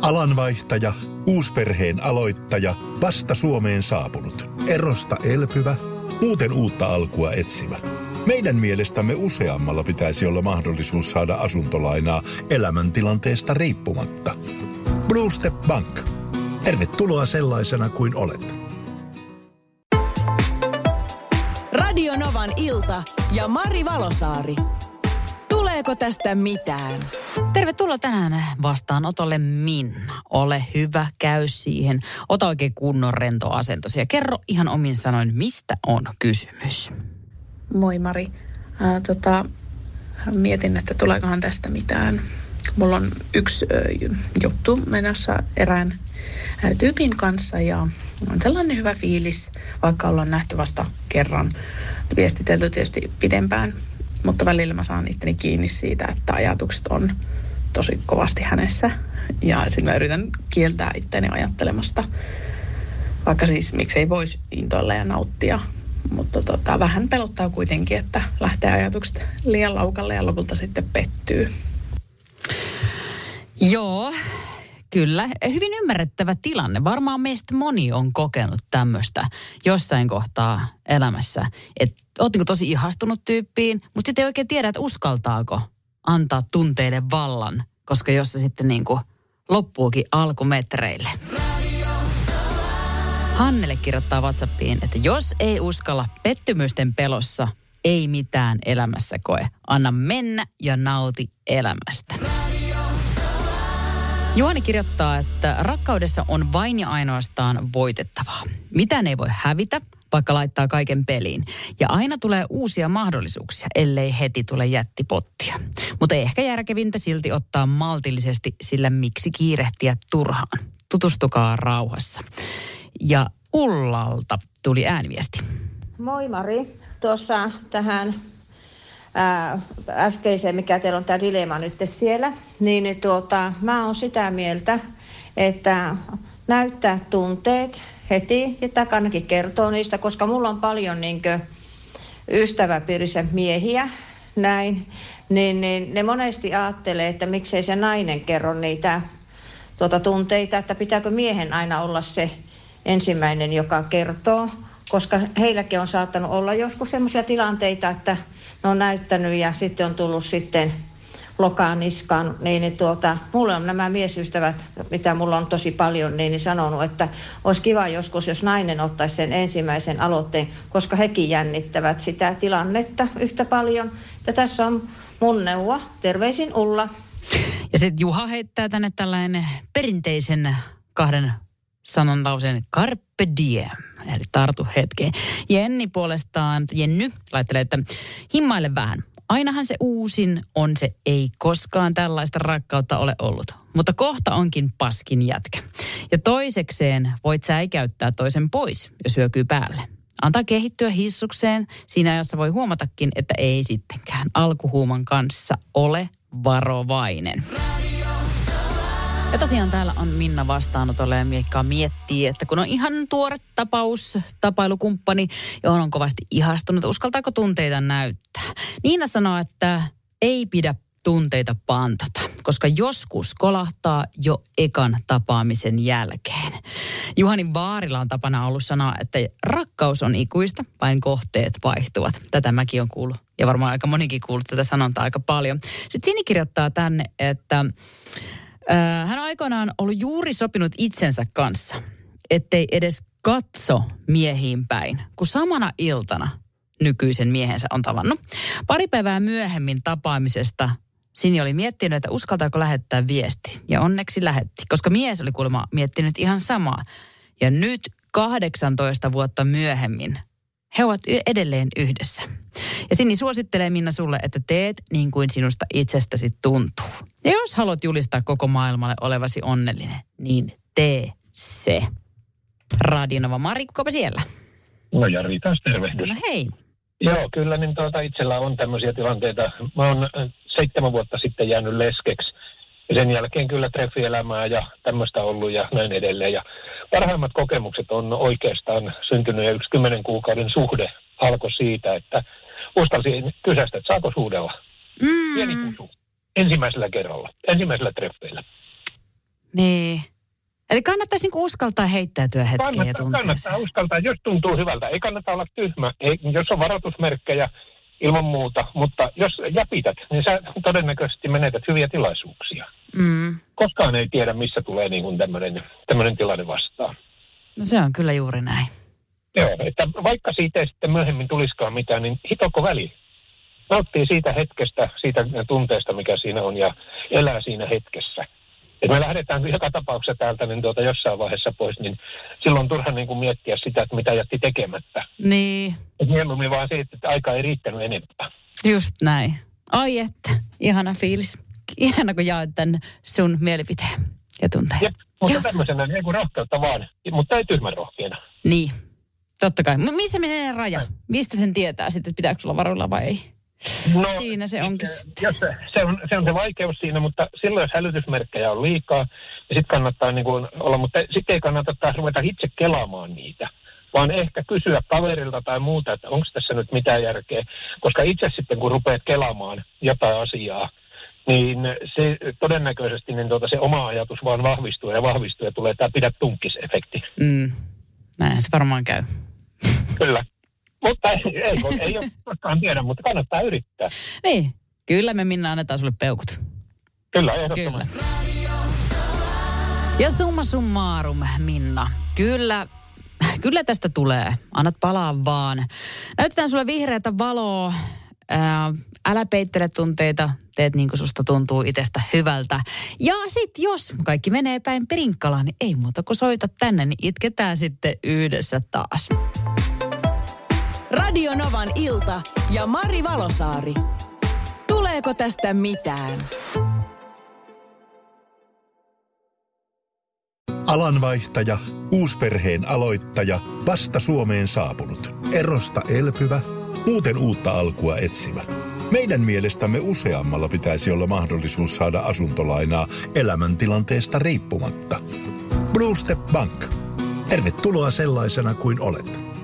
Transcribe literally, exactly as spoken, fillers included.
Alanvaihtaja, uusperheen aloittaja, vasta Suomeen saapunut, erosta elpyvä, muuten uutta alkua etsimä. Meidän mielestämme useammalla pitäisi olla mahdollisuus saada asuntolainaa elämäntilanteesta riippumatta. Blue Step Bank. Tervetuloa sellaisena kuin olet. Radio Novan ilta ja Mari Valosaari. Tuleeko tästä mitään? Tervetuloa tänään vastaanotolle Minna. Ole hyvä, käy siihen. Ota oikein kunnon rento asentosi ja kerro ihan omin sanoin, mistä on kysymys. Moi Mari. Äh, tota, mietin, että tuleekohan tästä mitään. Mulla on yksi äh, juttu menossa erään äh, tyypin kanssa ja on sellainen hyvä fiilis, vaikka ollaan nähty vasta kerran. Viestitelty tietysti pidempään, mutta välillä mä saan itteni kiinni siitä, että ajatukset on tosi kovasti hänessä. Ja sitten mä yritän kieltää itteni ajattelemasta, vaikka siis miksei voisi intoilla ja nauttia. Mutta tota, vähän pelottaa kuitenkin, että lähtee ajatukset liian laukalle ja lopulta sitten pettyy. Joo, kyllä. Hyvin ymmärrettävä tilanne. Varmaan meistä moni on kokenut tämmöistä jossain kohtaa elämässä. Että oot niin kuin tosi ihastunut tyyppiin, mutta sitten ei oikein tiedä, että uskaltaako antaa tunteille vallan, koska jos se sitten niin kuin loppuukin alkumetreille. Hannele kirjoittaa WhatsAppiin, että jos ei uskalla pettymysten pelossa, ei mitään elämässä koe. Anna mennä ja nauti elämästä. Juhani kirjoittaa, että rakkaudessa on vain ja ainoastaan voitettavaa. Mitään ei voi hävitä, vaikka laittaa kaiken peliin. Ja aina tulee uusia mahdollisuuksia, ellei heti tule jättipottia. Mutta ehkä järkevintä silti ottaa maltillisesti, sillä miksi kiirehtiä turhaan. Tutustukaa rauhassa. Ja Ullalta tuli ääniviesti. Moi Mari. Tuossa tähän ää, äskeiseen, mikä teillä on tämä dilemma nyt siellä, niin, niin tuota, mä oon sitä mieltä, että näyttää tunteet heti ja takanakin kertoo niistä, koska mulla on paljon niinkö ystäväpiirissä miehiä, näin, niin, niin ne monesti ajattelee, että miksei se nainen kerro niitä tuota tunteita, että pitääkö miehen aina olla se ensimmäinen, joka kertoo, koska heilläkin on saattanut olla joskus semmoisia tilanteita, että ne on näyttänyt ja sitten on tullut sitten lokaan niskaan, niin, niin tuota, mulle on nämä miesystävät, mitä mulla on tosi paljon, niin, niin sanonut, että olisi kiva joskus, jos nainen ottaisi sen ensimmäisen aloitteen, koska hekin jännittävät sitä tilannetta yhtä paljon. Ja tässä on mun neuvo. Terveisin Ulla. Ja sitten Juha heittää tänne tällainen perinteisen kahden sanon lauseen carpe diem, eli tartu hetkeen. Jenni puolestaan, Jenny laittelee, että himmaile vähän. Ainahan se uusin on se ei koskaan tällaista rakkautta ole ollut. Mutta kohta onkin paskin jätkä. Ja toisekseen voit säikäyttää toisen pois, jos hyökyy päälle. Antaa kehittyä hissukseen. Siinä ajassa voi huomatakin, että ei sittenkään. Alkuhuuman kanssa ole varovainen. Ja tosiaan täällä on Minna vastaanotolla ja Miekka miettii, että kun on ihan tuore tapaus, tapailukumppani, johon on kovasti ihastunut, uskaltaako tunteita näyttää? Niina sanoo, että ei pidä tunteita pantata, koska joskus kolahtaa jo ekan tapaamisen jälkeen. Juhani Vaarila on tapana ollut sanoa, että rakkaus on ikuista, vain kohteet vaihtuvat. Tätä mäkin on kuullut ja varmaan aika monikin kuullut tätä sanontaa aika paljon. Sitten Sini kirjoittaa tänne, että hän on aikoinaan ollut juuri sopinut itsensä kanssa, ettei edes katso miehiin päin, kun samana iltana nykyisen miehensä on tavannut. Pari päivää myöhemmin tapaamisesta Sini oli miettinyt, että uskaltaako lähettää viesti. Ja onneksi lähetti, koska mies oli kuulemma miettinyt ihan samaa. Ja nyt kahdeksantoista vuotta myöhemmin he ovat edelleen yhdessä. Ja Sini suosittelee Minna sulle, että teet niin kuin sinusta itsestäsi tuntuu. Ja jos haluat julistaa koko maailmalle olevasi onnellinen, niin tee se. Radio Nova Mari, kukapa siellä? No Jari, taas tervehdys. No hei. Joo, kyllä niin tuota, itsellä on tämmöisiä tilanteita. Mä oon seitsemän vuotta sitten jäänyt leskeksi. Ja sen jälkeen kyllä treffielämää ja tämmöistä ollut ja näin edelleen. Ja parhaimmat kokemukset on oikeastaan syntynyt ja yksi kymmenen kuukauden suhde alkoi siitä, että uskalsin kysästä, että saako suudella. Mm. Pieni pusu. Ensimmäisellä kerralla. Ensimmäisellä treffeillä. Niin. Eli kannattaisi niinku uskaltaa heittäytyä hetkeen ja Kannattaa, tunteeseen. kannattaa uskaltaa, jos tuntuu hyvältä. Ei kannata olla tyhmä, ei, jos on varoitusmerkkejä ilman muuta. Mutta jos jäpität, niin sä todennäköisesti menetät hyviä tilaisuuksia. Mm. Koskaan ei tiedä, missä tulee niin kuin tämmöinen, tämmöinen tilanne vastaan. No se on kyllä juuri näin. Joo, että vaikka siitä ei sitten myöhemmin tulisikaan mitään, niin hitoko väliin. Nauttii siitä hetkestä, siitä tunteesta, mikä siinä on, ja elää siinä hetkessä. Et me lähdetään joka tapauksessa täältä niin tuota jossain vaiheessa pois, niin silloin on turha niin kuin miettiä sitä, että mitä jätti tekemättä. Niin. Et mieluummin vaan siitä, että aika ei riittänyt enempää. Just näin. Ai että, ihana fiilis. Ihana, kun jaoit tämän sun mielipiteen ja tunteen. Jep, mutta Joo. tämmöisenä niin kuin rohkeutta vaan, mutta ei tyhmän rohkeana. Niin, totta kai. M- missä menee raja? Mistä sen tietää sitten, että pitääkö olla varuilla vai ei? No, Siinä se onkin eh, sitten. Jos se, se, on, se on se vaikeus siinä, mutta silloin jos hälytysmerkkejä on liikaa, niin sitten kannattaa niin kuin olla, mutta sitten ei kannata taas ruveta itse kelaamaan niitä, vaan ehkä kysyä kaverilta tai muuta, että onko tässä nyt mitään järkeä, koska itse sitten kun rupeat kelaamaan jotain asiaa, niin se todennäköisesti niin tuota, se oma ajatus vaan vahvistuu ja vahvistuu ja tulee tämä pidä tunkkis-efekti. Mm. Näin se varmaan käy. Kyllä. Mutta ei, ei, ei ole koskaan tiedä, mutta kannattaa yrittää. Niin, kyllä me Minna annetaan sulle peukut. Kyllä, Kyllä. ehdottomasti. Ja summa summarum, Minna. Kyllä, kyllä tästä tulee. Annat palaa vaan. Näytetään sulle vihreätä valoa. Ää, älä peittele tunteita. Teet niin kuin susta tuntuu itsestä hyvältä. Ja sit jos kaikki menee päin perinkkalaan, niin ei muuta kuin soita tänne, niin itketään sitten yhdessä taas. Radio Novan ilta ja Mari Valosaari. Tuleeko tästä mitään? Alanvaihtaja, uusperheen aloittaja, vasta Suomeen saapunut, erosta elpyvä, muuten uutta alkua etsimä. Meidän mielestämme useammalla pitäisi olla mahdollisuus saada asuntolainaa elämäntilanteesta riippumatta. Blue Step Bank. Tervetuloa sellaisena kuin olet.